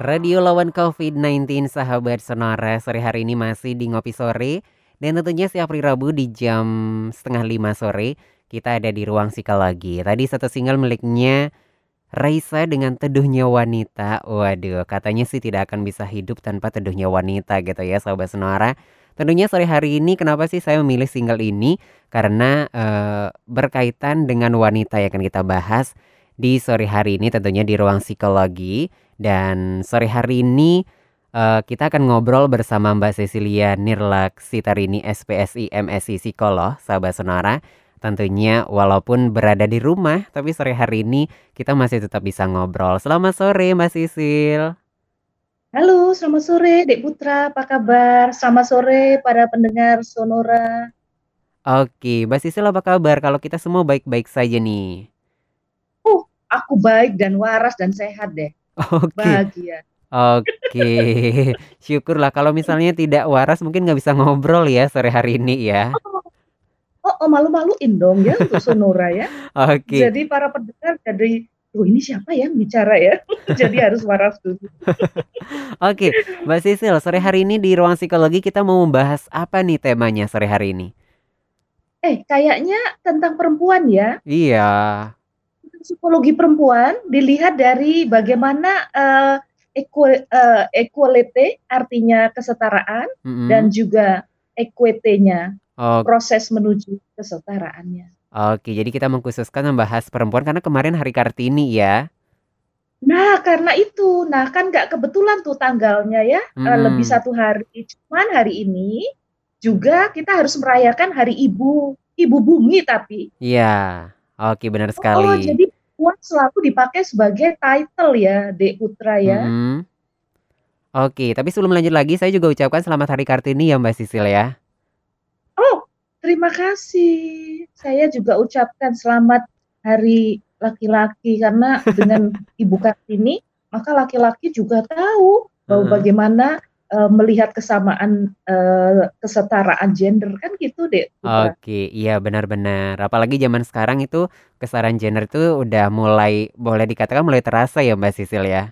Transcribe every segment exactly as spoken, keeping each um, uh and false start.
Radio lawan covid sembilan belas sahabat Sonora. Sore hari ini masih di Ngopi Sore. Dan tentunya setiap hari Rabu di jam setengah lima sore kita ada di ruang psikologi. Tadi satu single miliknya Raisa dengan Teduhnya Wanita. Waduh, katanya sih tidak akan bisa hidup tanpa teduhnya wanita gitu ya sahabat Sonora. Tentunya sore hari ini kenapa sih saya memilih single ini? Karena eh, berkaitan dengan wanita yang akan kita bahas di sore hari ini tentunya di ruang psikologi. Dan sore hari ini eh, kita akan ngobrol bersama Mbak Cecilia Nirlak Sitarini S P S I M Si Psikolog, sahabat Sonora. Tentunya walaupun berada di rumah, tapi sore hari ini kita masih tetap bisa ngobrol. Selamat sore Mbak Sisil. Halo, selamat sore Dek Putra, apa kabar? Selamat sore para pendengar Sonora. Oke, Mbak Sisil apa kabar? Kalau kita semua baik-baik saja nih. Uh, aku baik dan waras dan sehat deh. Oke, Bahagia. oke. Syukurlah kalau misalnya tidak waras mungkin nggak bisa ngobrol ya sore hari ini ya. Oh, oh malu-maluin dong ya untuk Sonora ya. Oke, Jadi para pendengar jadi, oh ini siapa ya yang bicara ya? Jadi harus waras dulu. oke. Mbak Sisil, sore hari ini di ruang psikologi kita mau membahas apa nih temanya sore hari ini? Eh, kayaknya tentang perempuan ya. Iya. Psikologi perempuan dilihat dari bagaimana uh, equal, uh, equality, artinya kesetaraan, Mm-mm. dan juga equity-nya, Oke. proses menuju kesetaraannya. Oke, jadi kita mengkhususkan membahas perempuan karena kemarin Hari Kartini ya. Nah, karena itu, nah kan nggak kebetulan tuh tanggalnya ya, uh, lebih Mm-mm. satu hari. Cuman hari ini juga kita harus merayakan Hari Ibu, Ibu Bumi tapi. Iya, oke benar sekali. Oh, jadi uang selalu dipakai sebagai title ya, Dek Putra ya. Mm-mm. Oke, tapi sebelum lanjut lagi, saya juga ucapkan selamat Hari Kartini ya Mbak Sisil ya. Oh, terima kasih. Saya juga ucapkan selamat Hari Laki-laki karena dengan Ibu Kartini, maka laki-laki juga tahu bahwa Heeh. bagaimana uh, melihat kesamaan uh, kesetaraan gender kan gitu deh, Putra. Oke, iya benar-benar. Apalagi zaman sekarang itu kesetaraan gender itu udah mulai boleh dikatakan mulai terasa ya Mbak Sisil ya.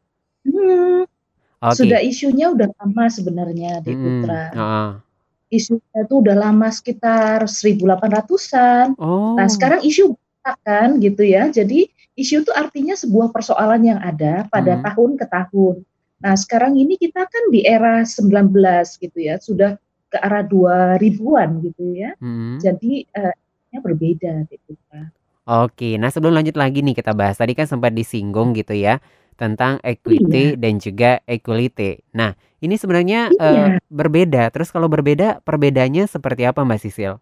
Hmm, Oke. sudah isunya udah lama sebenarnya, Dek Mm-mm. Putra. Heeh. Isunya itu udah lama sekitar seribu delapan ratusan. Nah, Oh. sekarang isu kan gitu ya. Jadi isu itu artinya sebuah persoalan yang ada pada Mm. tahun ke tahun. Nah, sekarang ini kita kan di era sembilan belas gitu ya, sudah ke arah dua ribuan gitu ya. Mm. Jadi eh, berbeda gitu kan. Oke, nah sebelum lanjut lagi nih kita bahas tadi kan sempat disinggung gitu ya tentang equity Iya, dan juga equality. Nah, ini sebenarnya eh, iya, berbeda. Terus kalau berbeda, perbedaannya seperti apa Mbak Sisil?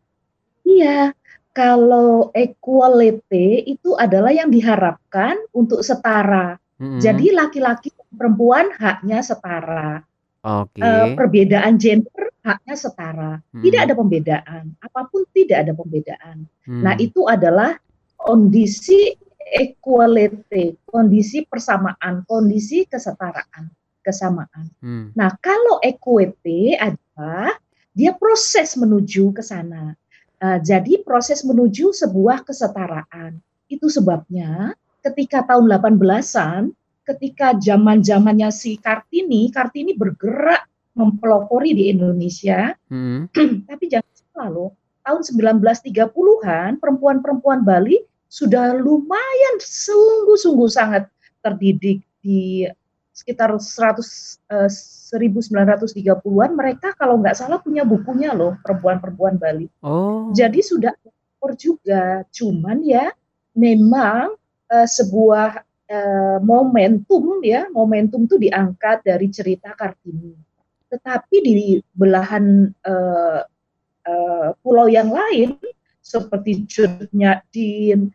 iya. Kalau equality itu adalah yang diharapkan untuk setara. Mm-mm. Jadi laki-laki dan perempuan haknya setara. Eh, Oke. perbedaan gender haknya setara. Tidak Mm-mm. ada pembedaan, apapun tidak ada pembedaan. Nah, Hmm. itu adalah kondisi equality, kondisi persamaan, kondisi kesetaraan, kesamaan. Hmm. Nah, kalau equity adalah dia proses menuju ke sana. Uh, jadi proses menuju sebuah kesetaraan. Itu sebabnya ketika tahun delapan belasan, ketika zaman-zamannya si Kartini, Kartini bergerak mempelopori di Indonesia, Hmm. tapi jangan salah loh, tahun sembilan belas tiga puluhan perempuan-perempuan Bali sudah lumayan sungguh-sungguh sangat terdidik di sekitar seratus eh, seribu sembilan ratus tiga puluhan mereka kalau nggak salah punya bukunya loh perempuan-perempuan Bali. Oh. Jadi sudah ekspor juga, cuman ya memang eh, sebuah eh, momentum ya, momentum itu diangkat dari cerita Kartini. Tetapi di belahan eh, eh, pulau yang lain seperti Jodnya Din,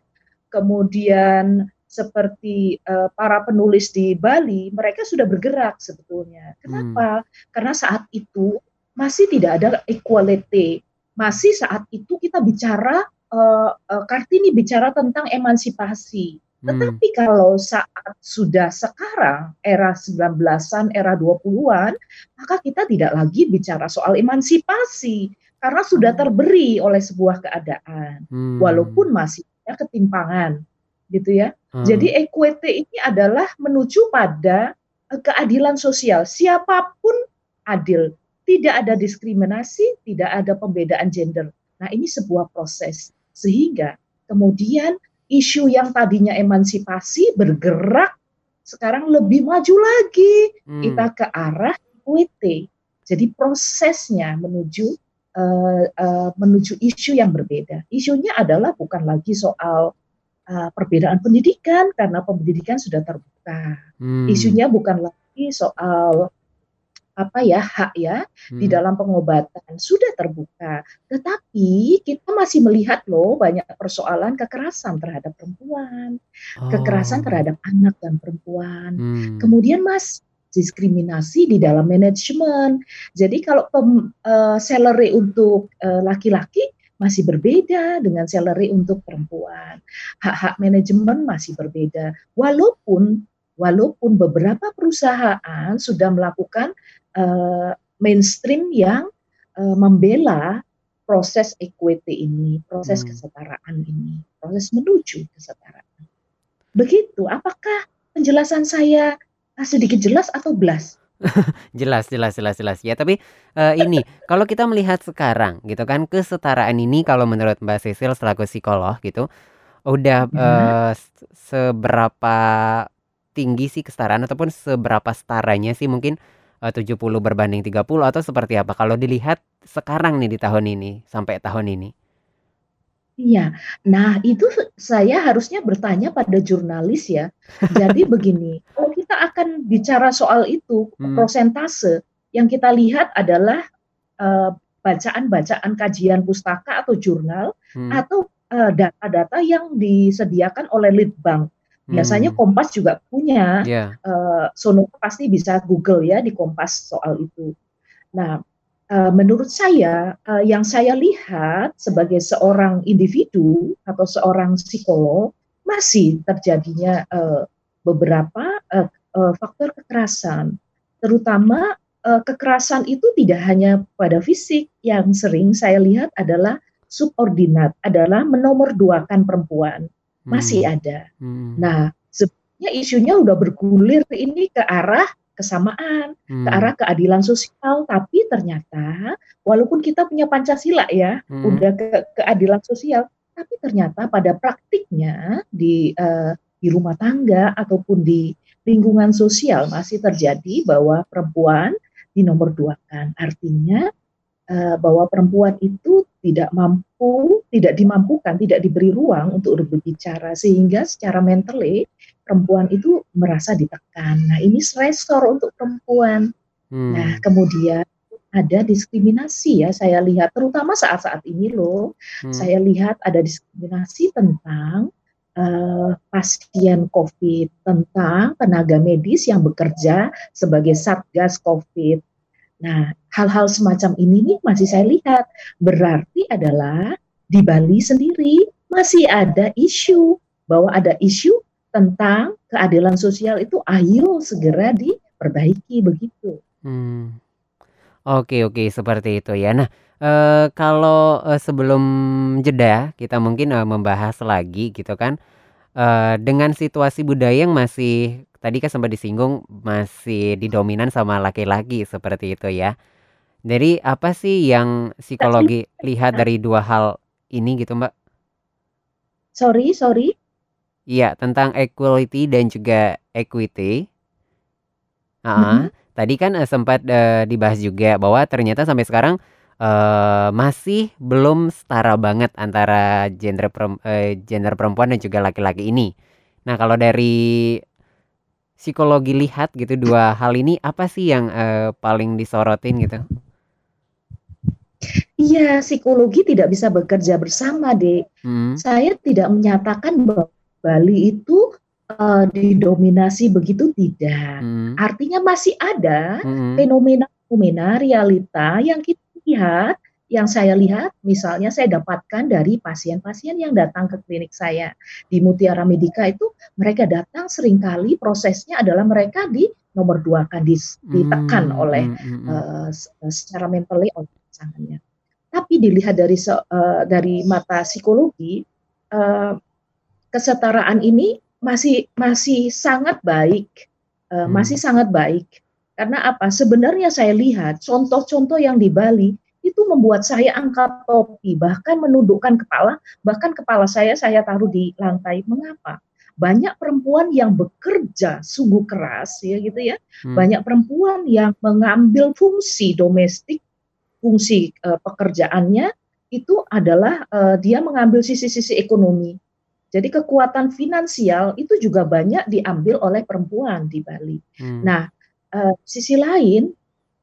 kemudian seperti uh, para penulis di Bali, mereka sudah bergerak sebetulnya. Hmm. Kenapa? Karena saat itu masih tidak ada equality. Masih saat itu kita bicara, uh, uh, Kartini bicara tentang emansipasi. Hmm. Tetapi kalau saat sudah sekarang, era sembilan belasan, era dua puluhan, maka kita tidak lagi bicara soal emansipasi. Karena sudah Oh. terberi oleh sebuah keadaan. Hmm. Walaupun masih ada ketimpangan gitu ya. Heeh. Jadi equity ini adalah menuju pada keadilan sosial, siapapun adil, tidak ada diskriminasi, tidak ada pembedaan gender. Nah, ini sebuah proses sehingga kemudian isu yang tadinya emansipasi bergerak sekarang lebih maju lagi, kita Hmm. ke arah equity. Jadi prosesnya menuju uh, uh, menuju isu yang berbeda. Isunya adalah bukan lagi soal uh, perbedaan pendidikan karena pendidikan sudah terbuka. Hmm. Isunya bukan lagi soal apa ya hak ya di Hmm. dalam pengobatan sudah terbuka, tetapi kita masih melihat loh banyak persoalan kekerasan terhadap perempuan, kekerasan Oh. terhadap anak dan perempuan, Hmm. kemudian mas diskriminasi di dalam manajemen. Jadi kalau pem, uh, salary untuk uh, laki-laki masih berbeda dengan salary untuk perempuan, hak-hak manajemen masih berbeda, walaupun walaupun beberapa perusahaan sudah melakukan uh, mainstream yang uh, membela proses equity ini, proses Hmm. kesetaraan ini, proses menuju kesetaraan. Begitu, apakah penjelasan saya sedikit jelas atau belas? Jelas jelas jelas jelas. Ya, tapi, eee, ini, kalau kita melihat sekarang gitu kan, kesetaraan ini kalau menurut Mbak Sisil selaku psikolog gitu, udah, Ya. eee, seberapa tinggi sih kesetaraan ataupun seberapa setaranya sih mungkin, eee, tujuh puluh berbanding tiga puluh atau seperti apa kalau dilihat sekarang nih di tahun ini, sampai tahun ini? Iya. Nah, itu saya harusnya bertanya pada jurnalis ya. Jadi begini, kalau kita akan bicara soal itu, Hmm. prosentase, yang kita lihat adalah uh, bacaan-bacaan kajian pustaka atau jurnal, Hmm. atau uh, data-data yang disediakan oleh Litbang. Biasanya Hmm. Kompas juga punya, Ya. uh, Sono pasti bisa Google ya di Kompas soal itu. Nah, uh, menurut saya, uh, yang saya lihat sebagai seorang individu atau seorang psikolog, masih terjadinya uh, beberapa uh, uh, faktor kekerasan, terutama uh, kekerasan itu tidak hanya pada fisik, yang sering saya lihat adalah subordinat, adalah menomorduakan perempuan, masih Hmm. ada. Hmm. Nah, sebenarnya isunya udah bergulir ini ke arah kesamaan, ke Hmm. arah keadilan sosial, tapi ternyata walaupun kita punya Pancasila ya, Hmm. udah ke keadilan sosial, tapi ternyata pada praktiknya di uh, di rumah tangga ataupun di lingkungan sosial masih terjadi bahwa perempuan dinomorduakan. Artinya uh, bahwa perempuan itu tidak mampu, tidak dimampukan, tidak diberi ruang untuk berbicara, sehingga secara mentally perempuan itu merasa ditekan. Nah, ini stresor untuk perempuan. Nah, Hmm. kemudian ada diskriminasi ya, saya lihat terutama saat-saat ini loh, Hmm. saya lihat ada diskriminasi tentang uh, pasien COVID, tentang tenaga medis yang bekerja sebagai satgas COVID. Nah, hal-hal semacam ini nih masih saya lihat, berarti adalah di Bali sendiri masih ada isu, bahwa ada isu tentang keadilan sosial itu ayo segera diperbaiki begitu. Hmm. Oke oke, seperti itu ya. Nah, eee, kalau, eee, sebelum jeda kita mungkin, eee, membahas lagi gitu kan, eee, dengan situasi budaya yang masih tadi kan sempat disinggung masih didominan sama laki-laki seperti itu ya. Jadi apa sih yang Tak sulit. psikologi lihat dari dua hal ini gitu, Mbak? Sorry, sorry. Iya, tentang equality dan juga equity. Heeh, Mm-mm. tadi kan, eee, sempat, eee, dibahas juga bahwa ternyata sampai sekarang, eee, masih belum setara banget antara gender perem eee, gender perempuan dan juga laki-laki ini. Nah, kalau dari psikologi lihat gitu dua hal ini apa sih yang, eee, paling disorotin gitu? Iya, psikologi tidak bisa bekerja bersama, Dek. Mhm. Saya tidak menyatakan bahwa Bali itu uh, didominasi begitu, tidak. Mhm. Artinya masih ada Mhm. fenomena-fenomena realita yang kita lihat, yang saya lihat, misalnya saya dapatkan dari pasien-pasien yang datang ke klinik saya di Mutiara Medica itu, mereka datang seringkali prosesnya adalah mereka di nomor dua kan, ditekan Mmm, oleh mhm mhm. uh, secara mentally oleh pasangannya. Tapi dilihat dari uh, dari mata psikologi, uh, kesetaraan ini masih masih sangat baik uh, masih Hmm. sangat baik. Karena apa? Sebenarnya saya lihat contoh-contoh yang di Bali itu membuat saya angkat topi, bahkan menundukkan kepala, bahkan kepala saya saya taruh di lantai. Mengapa? Banyak perempuan yang bekerja sungguh keras, ya gitu ya. Hmm. Banyak perempuan yang mengambil fungsi domestik, fungsi uh, pekerjaannya itu adalah uh, dia mengambil sisi-sisi ekonomi. Jadi kekuatan finansial itu juga banyak diambil oleh perempuan di Bali. Hmm. Nah, uh, sisi lain,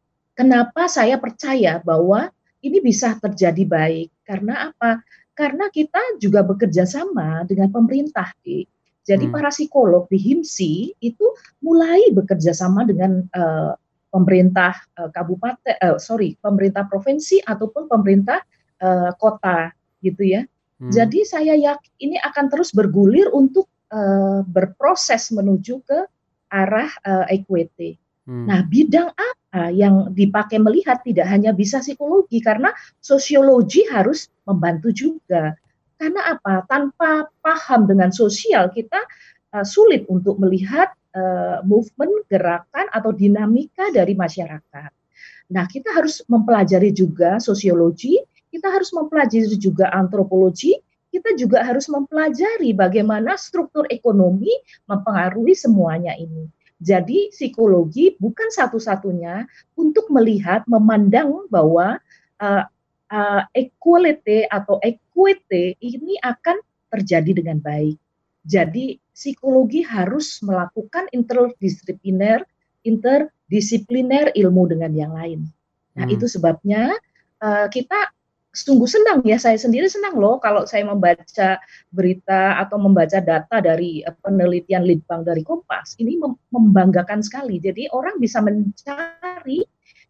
kenapa saya percaya bahwa ini bisa terjadi baik? Karena apa? Karena kita juga bekerja sama dengan pemerintah, Di. Jadi Hmm. para psikolog di HIMSI itu mulai bekerja sama dengan uh, pemerintah uh, kabupaten, uh, sorry, pemerintah provinsi ataupun pemerintah uh, kota, gitu ya. Hmm. Jadi saya yakin ini akan terus bergulir untuk uh, berproses menuju ke arah uh, equity. Hmm. Nah, bidang apa yang dipakai melihat tidak hanya bisa psikologi, karena sosiologi harus membantu juga. Karena apa? Tanpa paham dengan sosial, kita uh, sulit untuk melihat uh, movement, gerakan, atau dinamika dari masyarakat. Nah, kita harus mempelajari juga sosiologi, kita harus mempelajari juga antropologi, kita juga harus mempelajari bagaimana struktur ekonomi mempengaruhi semuanya ini. Jadi psikologi bukan satu-satunya untuk melihat, memandang bahwa uh, uh, equality atau equity ini akan terjadi dengan baik. Jadi psikologi harus melakukan interdisipliner, interdisipliner ilmu dengan yang lain. Nah, Hmm. itu sebabnya uh, kita sungguh senang ya, saya sendiri senang loh kalau saya membaca berita atau membaca data dari uh, penelitian Litbang dari Kompas. Ini mem- membanggakan sekali. Jadi orang bisa mencari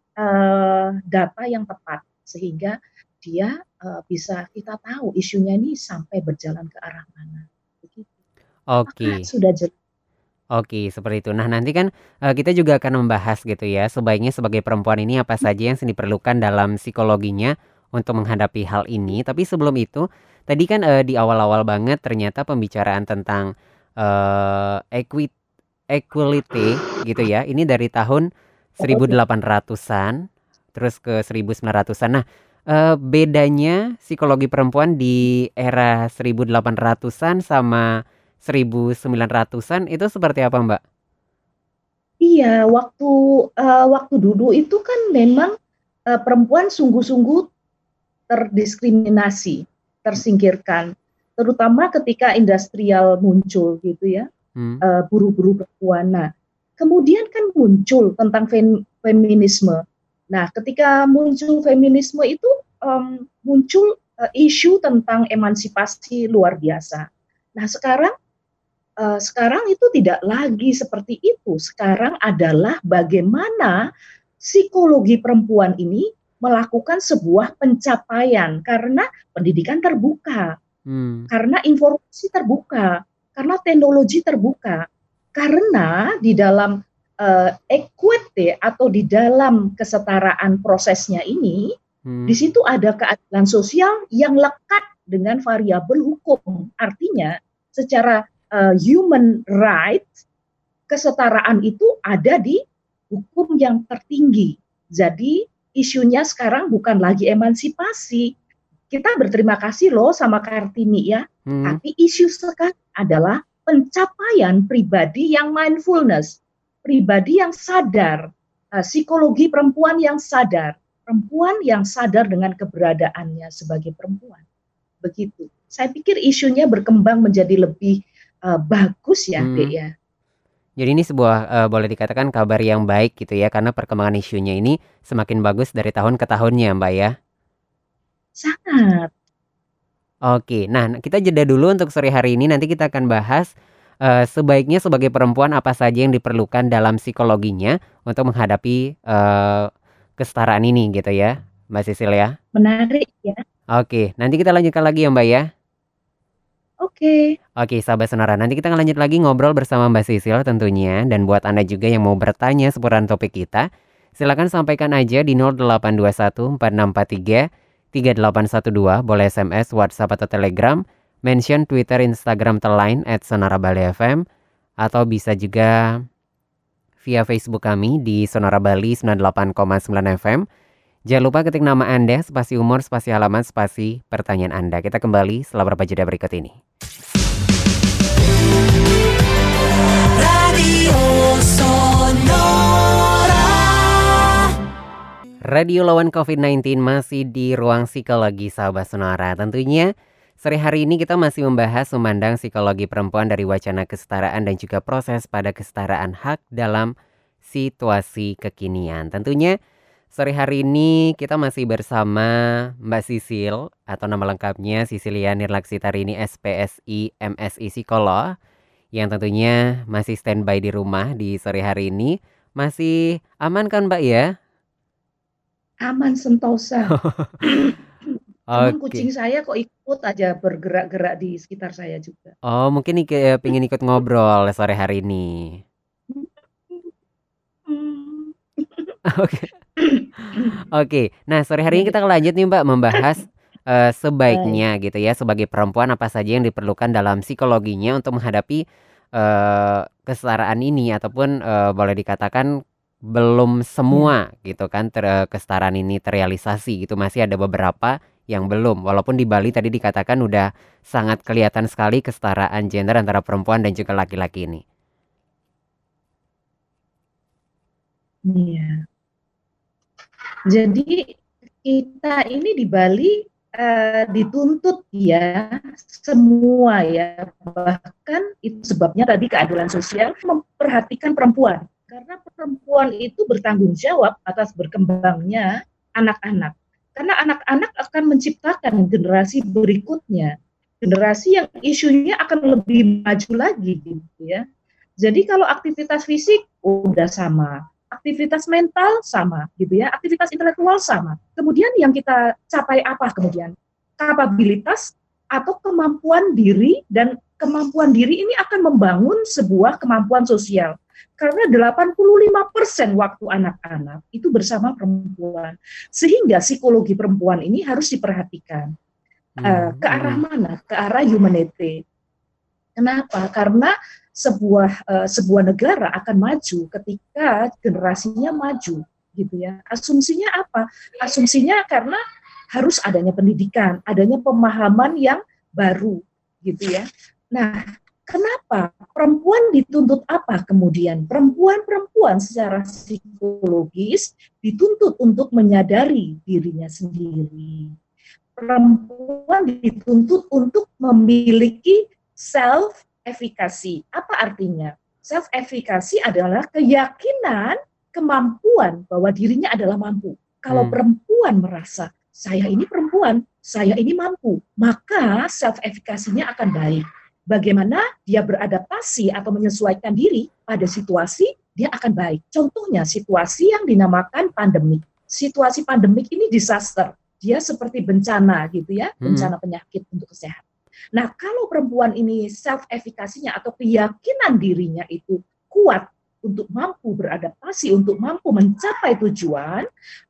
uh, data yang tepat sehingga dia uh, bisa kita tahu isunya ini sampai berjalan ke arah mana. Begitu. Apakah Oke. sudah jelas? Oke, seperti itu. Nah, nanti kan uh, kita juga akan membahas gitu ya, sebaiknya sebagai perempuan ini apa saja yang diperlukan dalam psikologinya untuk menghadapi hal ini. Tapi sebelum itu, tadi kan uh, di awal-awal banget ternyata pembicaraan tentang uh, equi- equality gitu ya. Ini dari tahun Oh, ya. delapan ratusan terus ke sembilan ratusan. Nah, uh, bedanya psikologi perempuan di era delapan ratusan sama sembilan ratusan itu seperti apa, Mbak? Iya, waktu uh, waktu dulu itu kan memang uh, perempuan sungguh-sungguh terdiskriminasi, tersingkirkan, terutama ketika industrial muncul gitu ya, Hmm. uh, buruh-buruh perempuan. Nah, kemudian kan muncul tentang fem- feminisme. Nah, ketika muncul feminisme itu um, muncul uh, isu tentang emansipasi luar biasa. Nah, sekarang uh, sekarang itu tidak lagi seperti itu. Sekarang adalah bagaimana psikologi perempuan ini melakukan sebuah pencapaian karena pendidikan terbuka, Hmm. karena informasi terbuka, karena teknologi terbuka, karena di dalam uh, equity atau di dalam kesetaraan prosesnya ini, di Hmm. situ ada keadilan sosial yang lekat dengan variabel hukum. Artinya, secara uh, human rights, kesetaraan itu ada di hukum yang tertinggi. Jadi isunya sekarang bukan lagi emansipasi. Kita berterima kasih loh sama Kartini ya. Hmm. Tapi isu sekarang adalah pencapaian pribadi yang mindfulness, pribadi yang sadar, uh, psikologi perempuan yang sadar, perempuan yang sadar dengan keberadaannya sebagai perempuan. Begitu. Saya pikir isunya berkembang menjadi lebih uh, bagus ya, Dek Hmm. ya. Jadi ini sebuah uh, boleh dikatakan kabar yang baik gitu ya, karena perkembangan isunya ini semakin bagus dari tahun ke tahunnya, Mbak ya. Sangat. Oke, nah kita jeda dulu untuk sore hari ini. Nanti kita akan bahas uh, sebaiknya sebagai perempuan apa saja yang diperlukan dalam psikologinya untuk menghadapi uh, kesetaraan ini gitu ya, Mbak Sisil ya. Menarik ya. Oke, nanti kita lanjutkan lagi ya, Mbak ya. Oke. Oke, sahabat Sonora, nanti kita lanjut lagi ngobrol bersama Mbak Sisil tentunya. Dan buat Anda juga yang mau bertanya seputar topik kita, silakan sampaikan aja di nol delapan dua satu empat enam empat tiga tiga delapan satu dua. Boleh S M S, WhatsApp atau Telegram. Mention Twitter, Instagram, atau Line at Sonora Bali F M. Atau bisa juga via Facebook kami di Sonora Bali sembilan puluh delapan koma sembilan F M. Jangan lupa ketik nama Anda, spasi umur, spasi halaman, spasi pertanyaan Anda. Kita kembali setelah beberapa jeda berikut ini. Radio Sonora. Radio lawan covid sembilan belas masih di ruang psikologi sahabat Sonora. Tentunya sore hari ini kita masih membahas memandang psikologi perempuan dari wacana kesetaraan dan juga proses pada kesetaraan hak dalam situasi kekinian. Tentunya sore hari ini kita masih bersama Mbak Sisil atau nama lengkapnya Sisilia Nirlaksitarini S P S I M Si Psikolog yang tentunya masih standby di rumah di sore hari ini. Masih aman kan Mbak ya? Aman sentosa. Cuman Oke. kucing saya kok ikut aja bergerak-gerak di sekitar saya juga. Oh, mungkin ik- pengen ikut ngobrol sore hari ini. Oke. Oke. Nah, sore hari ini kita lanjut nih Mbak membahas eh, sebaiknya gitu ya sebagai perempuan apa saja yang diperlukan dalam psikologinya untuk menghadapi eh, kesetaraan ini ataupun eh, boleh dikatakan belum semua gitu kan ter- kesetaraan ini terrealisasi gitu, masih ada beberapa yang belum, walaupun di Bali tadi dikatakan udah sangat kelihatan sekali kesetaraan gender antara perempuan dan juga laki-laki ini. Iya. Jadi kita ini di Bali eh, dituntut ya semua ya, bahkan itu sebabnya tadi keadilan sosial memperhatikan perempuan. Karena perempuan itu bertanggung jawab atas berkembangnya anak-anak. Karena anak-anak akan menciptakan generasi berikutnya. Generasi yang isunya akan lebih maju lagi gitu ya. Jadi kalau aktivitas fisik udah sama, aktivitas mental sama gitu ya, aktivitas intelektual sama. Kemudian yang kita capai apa kemudian? Kapabilitas atau kemampuan diri, dan kemampuan diri ini akan membangun sebuah kemampuan sosial. Karena delapan puluh lima persen waktu anak-anak itu bersama perempuan. Sehingga psikologi perempuan ini harus diperhatikan. Hmm, Uh, ke arah hmm. mana? Ke arah humanity. Kenapa? Karena sebuah uh, sebuah negara akan maju ketika generasinya maju, gitu ya. Asumsinya apa? Asumsinya karena harus adanya pendidikan, adanya pemahaman yang baru, gitu ya. Nah, kenapa perempuan dituntut apa kemudian? Perempuan-perempuan secara psikologis dituntut untuk menyadari dirinya sendiri. Perempuan dituntut untuk memiliki self-efficacy. Apa artinya? Self-efficacy adalah keyakinan, kemampuan bahwa dirinya adalah mampu. Kalau Hmm. perempuan merasa, saya ini perempuan, saya ini mampu, maka self-efficacy-nya akan baik. Bagaimana dia beradaptasi atau menyesuaikan diri pada situasi, dia akan baik. Contohnya situasi yang dinamakan pandemik. Situasi pandemik ini disaster. Dia seperti bencana gitu ya, Hmm. bencana penyakit untuk kesehatan. Nah, kalau perempuan ini self-efficacy-nya atau keyakinan dirinya itu kuat untuk mampu beradaptasi, untuk mampu mencapai tujuan,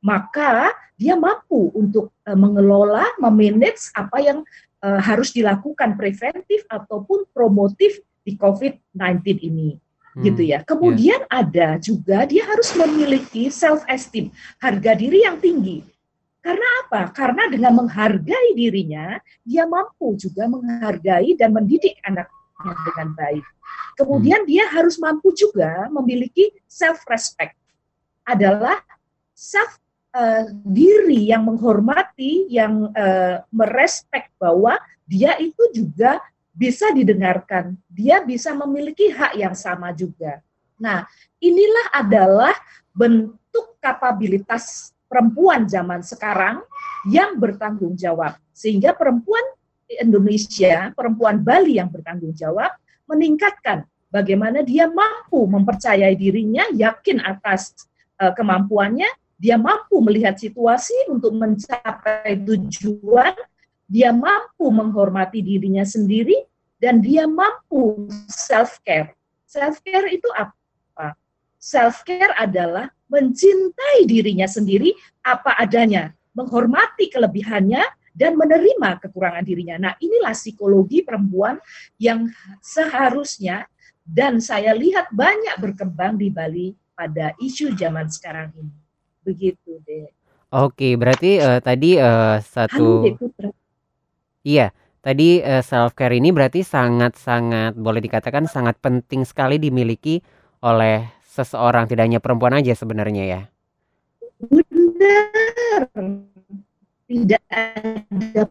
maka dia mampu untuk uh, mengelola, memanage apa yang uh, harus dilakukan preventif ataupun promotif di covid sembilan belas ini. Hmm, Gitu ya. Kemudian yeah. ada juga dia harus memiliki self-esteem, harga diri yang tinggi. Karena apa? Karena dengan menghargai dirinya, dia mampu juga menghargai dan mendidik anaknya dengan baik. Kemudian hmm. dia harus mampu juga memiliki self-respect. Adalah self uh, diri yang menghormati, yang uh, merespek bahwa dia itu juga bisa didengarkan. Dia bisa memiliki hak yang sama juga. Nah, inilah adalah bentuk kapabilitas perempuan zaman sekarang yang bertanggung jawab. Sehingga perempuan Indonesia, perempuan Bali yang bertanggung jawab, meningkatkan bagaimana dia mampu mempercayai dirinya, yakin atas uh, kemampuannya, dia mampu melihat situasi untuk mencapai tujuan, dia mampu menghormati dirinya sendiri, dan dia mampu self-care. Self-care itu apa? Self-care adalah mencintai dirinya sendiri apa adanya, menghormati kelebihannya, dan menerima kekurangan dirinya. Nah, inilah psikologi perempuan yang seharusnya, dan saya lihat banyak berkembang di Bali pada isu zaman sekarang ini. Begitu deh. Oke, berarti uh, tadi uh, Halo satu, Dek Putra. iya, tadi uh, self care ini berarti sangat-sangat boleh dikatakan sangat penting sekali dimiliki oleh seseorang, tidak hanya perempuan aja sebenarnya ya. Benar, tidak ada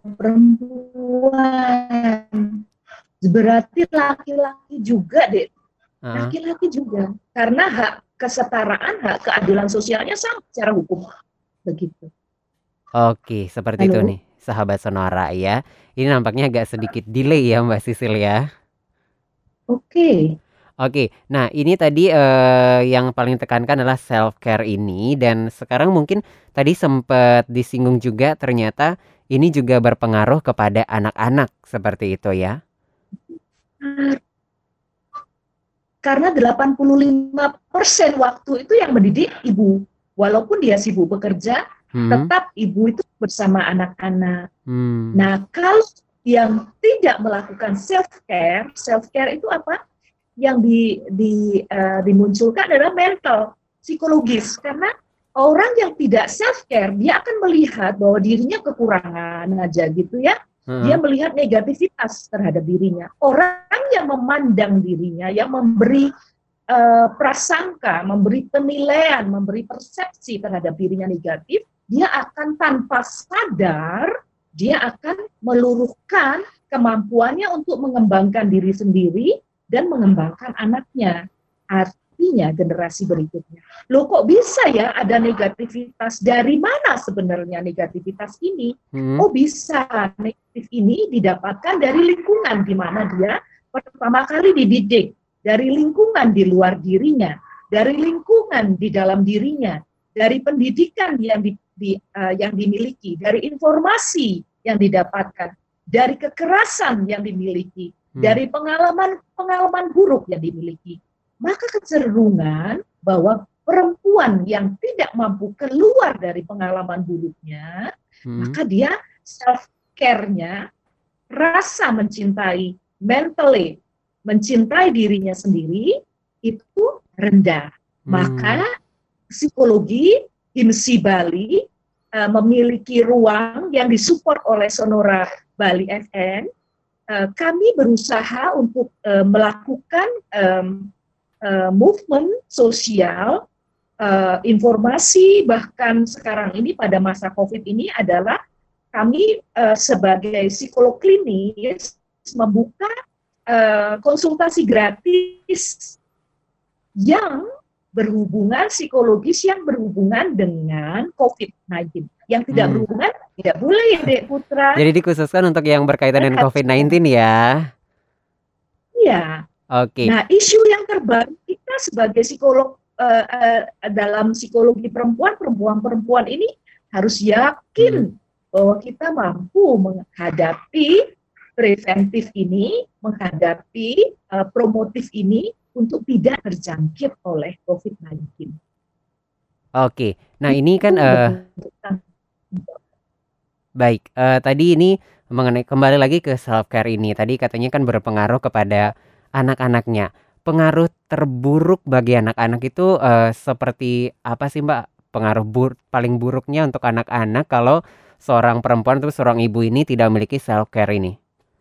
perempuan. Berarti laki-laki juga deh, Uh, laki-laki juga. Karena hak kesetaraan, hak keadilan sosialnya sama secara hukum. Begitu. Oke, seperti itu Halo? nih, sahabat Sonora ya. Ini nampaknya agak sedikit delay ya Mbak Sisil ya. Oke. Oke, nah ini tadi eh, yang paling tekankan adalah self care ini dan sekarang mungkin tadi sempat disinggung juga ternyata ini juga berpengaruh kepada anak-anak seperti itu ya. Karena delapan puluh lima persen waktu itu yang mendidik ibu. Walaupun dia sibuk bekerja, Hmm, tetap ibu itu bersama anak-anak. hmm, Nah, kalau yang tidak melakukan self care, self care itu apa? Yang di, di uh, dimunculkan adalah mental, psikologis. Karena orang yang tidak self care, dia akan melihat bahwa dirinya kekurangan aja gitu ya. Dia heeh, melihat negativitas terhadap dirinya. Orang yang memandang dirinya, yang memberi uh, prasangka, memberi penilaian, memberi persepsi terhadap dirinya negatif, dia akan tanpa sadar dia akan meluruhkan kemampuannya untuk mengembangkan diri sendiri dan mengembangkan anaknya. Artinya generasi berikutnya. Loh kok bisa ya ada negativitas? Dari mana sebenarnya negativitas ini? hmm, Oh bisa, negatif ini didapatkan dari lingkungan di mana dia pertama kali dididik, dari lingkungan di luar dirinya, dari lingkungan di dalam dirinya, dari pendidikan yang di, di, uh, yang dimiliki, dari informasi yang didapatkan, dari kekerasan yang dimiliki, hmm, dari pengalaman-pengalaman buruk yang dimiliki. Maka kecenderungan bahwa perempuan yang tidak mampu keluar dari pengalaman buruknya, hmm, maka dia self care-nya, rasa mencintai, mentally, mencintai dirinya sendiri itu rendah. hmm. Maka psikologi I M S I Bali uh, memiliki ruang yang disupport oleh Sonora Bali F M. Uh, kami berusaha untuk uh, melakukan um, uh, movement sosial, uh, informasi, bahkan sekarang ini pada masa COVID ini adalah kami uh, sebagai psikolog klinis membuka uh, konsultasi gratis yang berhubungan psikologis yang berhubungan dengan covid sembilan belas. Yang tidak Hmm. berhubungan tidak boleh, Dek Putra. Jadi dikhususkan untuk yang berkaitan dengan Berat covid sembilan sekali. belas ya. Iya. Oke. Nah, isu yang terbaru kita sebagai psikolog uh, uh, dalam psikologi perempuan, perempuan-perempuan ini harus Hmm. yakin bahwa kita mampu menghadapi preventif ini, menghadapi uh, promotif ini untuk tidak terjangkit oleh covid sembilan belas. Oke. Nah, ini Itu kan eh bentuk tanggung. baik, eh, tadi ini mengenai kembali lagi ke self care ini. Tadi katanya kan berpengaruh kepada anak-anaknya. Pengaruh terburuk bagi anak-anak itu eh, seperti apa sih, Mbak? Pengaruh bur paling buruknya untuk anak-anak kalau seorang perempuan atau seorang ibu ini tidak memiliki self care ini.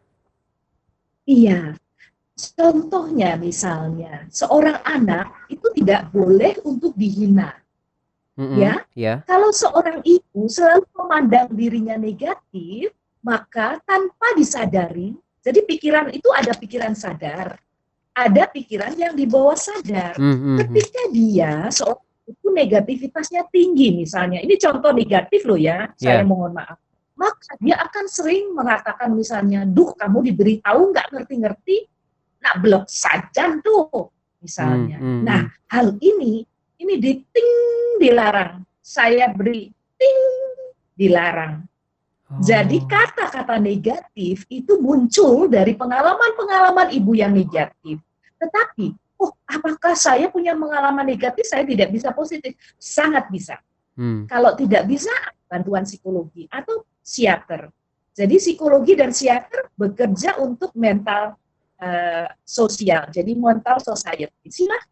Iya, contohnya misalnya seorang anak itu tidak boleh untuk dihina. Mm-mm, Ya, ya. kalau seorang ibu selalu memandang dirinya negatif, maka tanpa disadari, jadi pikiran itu ada pikiran sadar, ada pikiran yang di bawah sadar. Mm-mm, Ketika dia seorang itu negativitasnya tinggi misalnya, ini contoh negatif loh ya, saya ya. mohon maaf. Maka dia akan sering mengatakan misalnya, duh kamu diberitahu nggak ngerti-ngerti, nak blok saja tuh misalnya. Nah, Mm-mm. hal ini ini diting dilarang. Saya beri ting dilarang. Jadi Oh. kata-kata negatif itu muncul dari pengalaman-pengalaman ibu yang negatif. Tetapi, oh apakah saya punya pengalaman negatif, saya tidak bisa positif? Sangat bisa. Hmm. Kalau tidak bisa, bantuan psikologi atau psikiater. Jadi psikologi dan psikiater bekerja untuk mental uh, sosial, jadi mental society. Silahkan.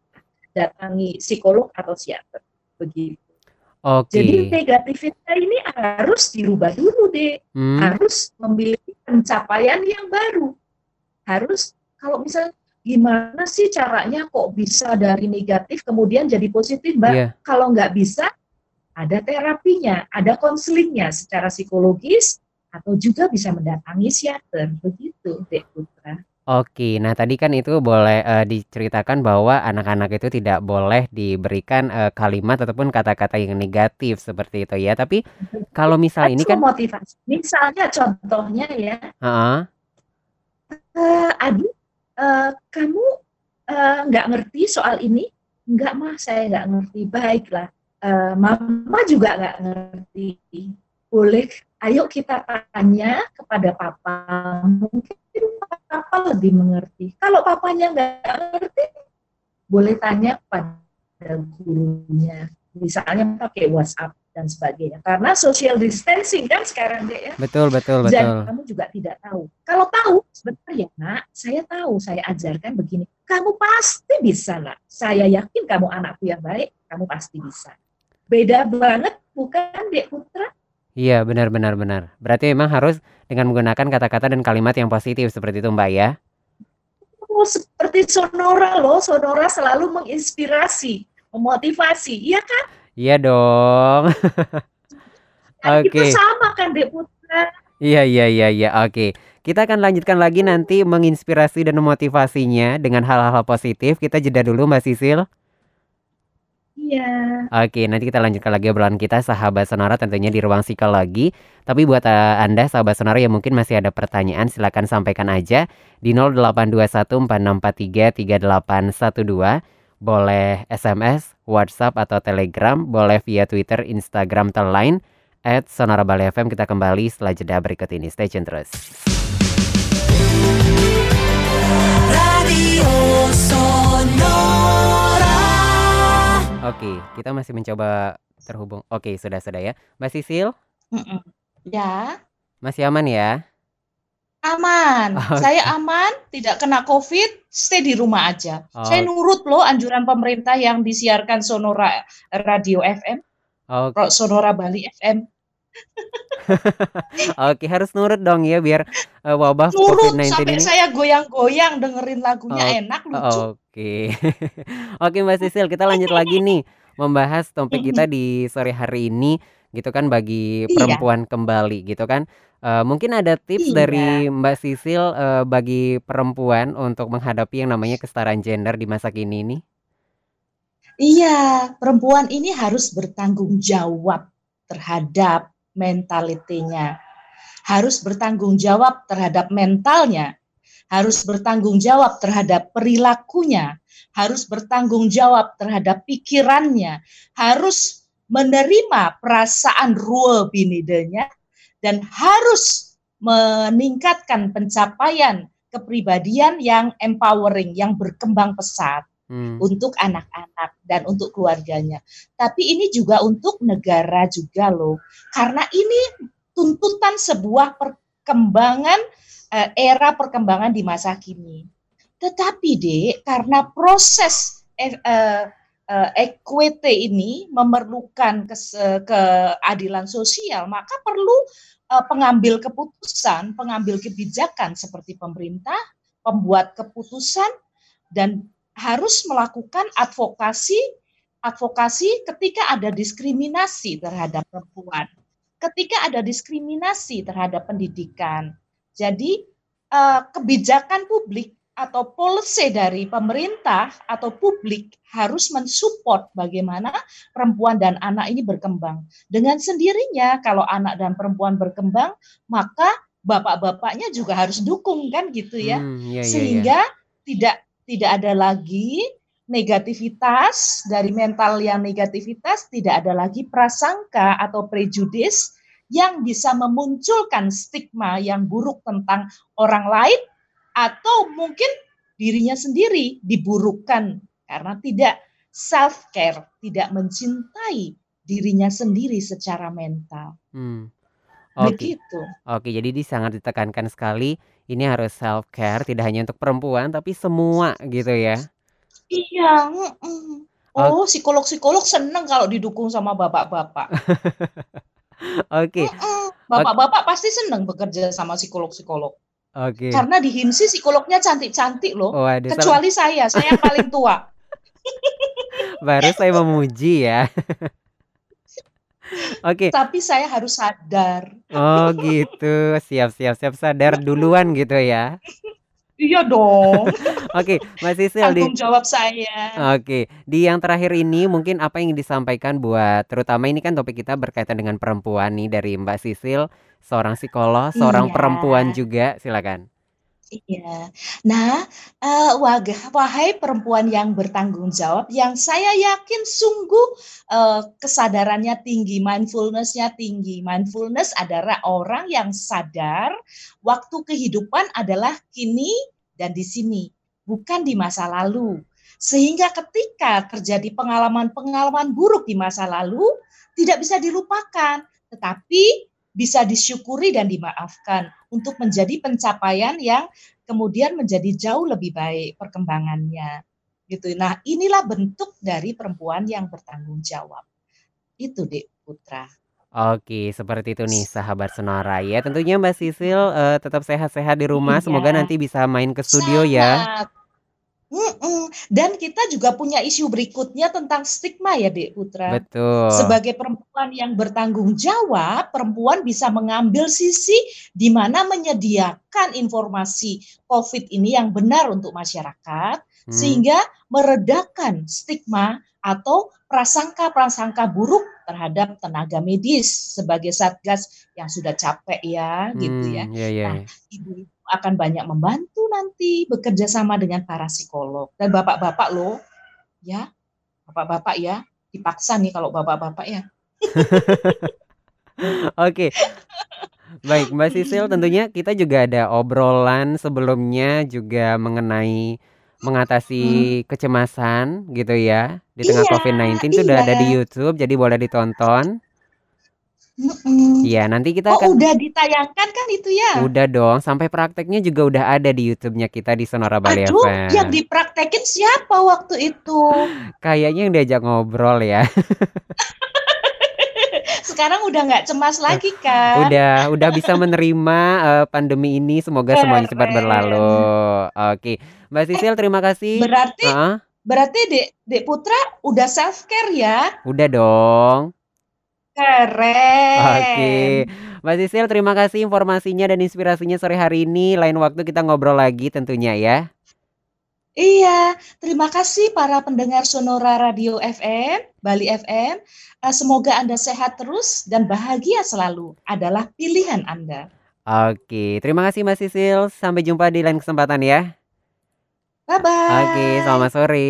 datangi psikolog atau psikiater. Begitu. Jadi Oke. negativitas ini harus dirubah dulu deh, Hmm. harus memiliki pencapaian yang baru. Harus, kalau misalnya gimana sih caranya kok bisa dari negatif kemudian jadi positif, Mbak? Iya. Kalau nggak bisa, ada terapinya, ada konselingnya secara psikologis, atau juga bisa mendatangi psikiater. Begitu, Dek Putra. Oke, nah tadi kan itu boleh uh, diceritakan bahwa anak-anak itu tidak boleh diberikan uh, kalimat ataupun kata-kata yang negatif seperti itu ya. Tapi kalau misal Harus ini kan, memotivasi. Misalnya contohnya ya, uh-uh, uh, Adi, uh, kamu uh, nggak ngerti soal ini? Nggak, mah saya nggak ngerti. Baiklah, uh, mama juga nggak ngerti. Boleh, ayo kita tanya kepada papa. Mungkin papa lebih mengerti. Kalau papanya nggak ngerti, boleh tanya pada gurunya. Misalnya pakai WhatsApp dan sebagainya. Karena social distancing kan sekarang deh ya. betul betul Dan betul. kamu juga tidak tahu. Kalau tahu, sebentar ya nak, saya tahu, saya ajarkan begini. Kamu pasti bisa nak. Saya yakin kamu anakku yang baik, kamu pasti bisa. Beda banget, bukan Dek Putra? Iya, benar benar benar. Berarti memang harus dengan menggunakan kata-kata dan kalimat yang positif seperti itu, Mbak ya. Oh, seperti Sonora loh, Sonora selalu menginspirasi, memotivasi. Iya kan? Iya dong. Dan kita Oke. sama kan Dek Putra? Iya iya iya iya. Oke. Kita akan lanjutkan lagi nanti menginspirasi dan memotivasinya dengan hal-hal positif. Kita jeda dulu Mbak Sisil. Iya. Oke, nanti kita lanjutkan lagi obrolan kita sahabat Sonora tentunya di ruang psikologi. Tapi buat uh, Anda sahabat Sonora yang mungkin masih ada pertanyaan, silakan sampaikan aja di nol delapan dua satu empat enam empat tiga tiga delapan satu dua. Boleh S M S, WhatsApp atau Telegram, boleh via Twitter, Instagram, atau Line at Sonora Bali F M. Kita kembali setelah jeda berikut ini. Stay tune terus. Radio Sonora. Oke, kita masih mencoba terhubung. Oke, sudah-sudah ya. Mbak Sisil? Mm-mm. Ya. Masih aman ya? Aman. Okay. Saya aman, tidak kena COVID, stay di rumah aja. Oh. Saya nurut loh anjuran pemerintah yang disiarkan Sonora Radio F M. Okay. Sonora Bali F M. Oke, harus nurut dong ya biar uh, wabah nurut, covid sembilan belas sampai ini. saya goyang-goyang dengerin lagunya oh, enak, lucu. Oke. Oke Mbak Sisil, kita lanjut lagi nih membahas topik kita di sore hari ini gitu kan, bagi perempuan iya. kembali gitu kan. Uh, mungkin ada tips iya. dari Mbak Sisil uh, bagi perempuan untuk menghadapi yang namanya kesetaraan gender di masa kini nih. Iya, perempuan ini harus bertanggung jawab terhadap mentalitinya, harus bertanggung jawab terhadap mentalnya, harus bertanggung jawab terhadap perilakunya, harus bertanggung jawab terhadap pikirannya, harus menerima perasaan ruwe binidenya, dan harus meningkatkan pencapaian kepribadian yang empowering, yang berkembang pesat. Hmm. Untuk anak-anak dan untuk keluarganya. Tapi ini juga untuk negara juga loh. Karena ini tuntutan sebuah perkembangan, era perkembangan di masa kini. Tetapi Dek, karena proses eh, eh, equity ini memerlukan kes, keadilan sosial, maka perlu eh, pengambil keputusan, pengambil kebijakan seperti pemerintah, pembuat keputusan, dan harus melakukan advokasi, advokasi ketika ada diskriminasi terhadap perempuan, ketika ada diskriminasi terhadap pendidikan. Jadi eh, kebijakan publik atau policy dari pemerintah atau publik harus mensupport bagaimana perempuan dan anak ini berkembang. Dengan sendirinya kalau anak dan perempuan berkembang, maka bapak-bapaknya juga harus dukung kan gitu ya. Hmm, iya, iya, sehingga iya. tidak tidak ada lagi negativitas, dari mental yang negativitas, tidak ada lagi prasangka atau prejudis yang bisa memunculkan stigma yang buruk tentang orang lain, atau mungkin dirinya sendiri diburukkan karena tidak self-care, tidak mencintai dirinya sendiri secara mental. Hmm. Oke. Begitu. Oke, jadi ini sangat ditekankan sekali, ini harus self care, tidak hanya untuk perempuan tapi semua gitu ya. Iya, mhm. Ok Oh, psikolog-psikolog seneng kalau didukung sama bapak-bapak. Oke. Mhm, Ok bapak-bapak pasti seneng bekerja sama psikolog-psikolog. Oke. Karena di HIMSI psikolognya cantik-cantik loh, Waduh, salah kecuali saya, saya yang paling tua. baru saya memuji ya. Oke. Tapi saya harus sadar. Oh gitu, siap siap siap, sadar duluan gitu ya. Iya dong, Oke, Mbak Sisil di tanggung jawab saya. Oke, di yang terakhir ini mungkin apa yang disampaikan buat terutama ini kan topik kita berkaitan dengan perempuan nih dari Mbak Sisil, seorang psikolog, seorang Iya. perempuan juga, silakan. Iya. Nah, eee, wagah wahai perempuan yang bertanggung jawab, yang saya yakin sungguh, eee, kesadarannya tinggi, mindfulness-nya tinggi. Mindfulness adalah orang yang sadar waktu kehidupan adalah kini dan di sini, bukan di masa lalu. Sehingga ketika terjadi pengalaman-pengalaman buruk di masa lalu, tidak bisa dilupakan, tetapi bisa disyukuri dan dimaafkan untuk menjadi pencapaian yang kemudian menjadi jauh lebih baik perkembangannya, gitu. Nah, inilah bentuk dari perempuan yang bertanggung jawab. Itu, Dek Putra. Oke, seperti itu nih sahabat Sonora ya. Tentunya Mbak Sisil eh, tetap sehat-sehat di rumah. Semoga Iya, nanti bisa main ke studio ya. sangat. Mhm, dan kita juga punya isu berikutnya tentang stigma ya, Dek Putra. Betul. Sebagai perempuan yang bertanggung jawab, perempuan bisa mengambil sisi di mana menyediakan informasi COVID ini yang benar untuk masyarakat, Hmm. sehingga meredakan stigma atau prasangka-prasangka buruk terhadap tenaga medis sebagai satgas yang sudah capek ya, gitu ya. Hmm, ya ya Nah, ya. ibu akan banyak membantu nanti bekerja sama dengan para psikolog dan bapak-bapak loh, ya, bapak-bapak ya, dipaksa nih kalau bapak-bapak ya. Oke. Baik, Mbak Sisil, tentunya kita juga ada obrolan sebelumnya juga mengenai mengatasi Mhm. kecemasan gitu ya di tengah Iya, covid sembilan belas, itu udah iya. ada di YouTube, jadi boleh ditonton. Mhm. Iya, nanti kita Oh, akan udah ditayangkan kan itu ya? udah dong, sampai prakteknya juga udah ada di YouTube-nya kita di Sonora Bali Aduh, yang F M. dipraktekin siapa waktu itu? Kayaknya yang diajak ngobrol ya. Sekarang udah nggak cemas lagi kan? Udah udah bisa menerima eh, pandemi ini, semoga semuanya cepat berlalu. Keren. Oke, Mbak Eh, Sisil, terima kasih. berarti Heeh, berarti Dek Dek Putra udah self care ya? udah dong. Keren. Oke, Mbak Sisil, terima kasih informasinya dan inspirasinya sore hari ini. Lain waktu kita ngobrol lagi tentunya ya. Iya, terima kasih para pendengar Sonora Radio F M, Bali F M. Eh, Semoga Anda sehat terus dan bahagia selalu adalah pilihan Anda. Oke, terima kasih Mbak Sisil. Sampai jumpa di lain kesempatan ya. Oke, Bye-bye. selamat sore.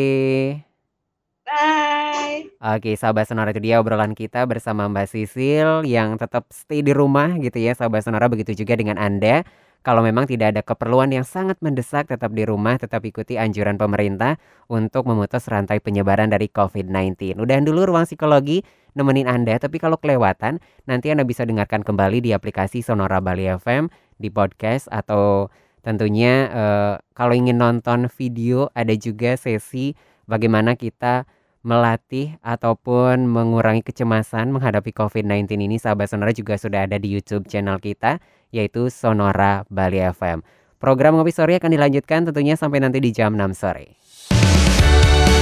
Bye. Oke, sahabat Sonora, itu dia obrolan kita bersama Mbak Sisil yang tetap stay di rumah gitu ya, sahabat Sonora. Begitu juga dengan Anda. Kalau memang tidak ada keperluan yang sangat mendesak, tetap di rumah, tetap ikuti anjuran pemerintah untuk memutus rantai penyebaran dari covid sembilan belas. Udahan dulu Ruang Psikologi nemenin Anda, tapi kalau kelewatan, nanti Anda bisa dengarkan kembali di aplikasi Sonora Bali F M, di podcast, atau tentunya eh, kalau ingin nonton video, ada juga sesi bagaimana kita melatih ataupun mengurangi kecemasan menghadapi covid sembilan belas ini. Sahabat Sonora, juga sudah ada di YouTube channel kita, yaitu Sonora Bali F M. Program Ngopi Sore akan dilanjutkan tentunya sampai nanti di jam enam sore.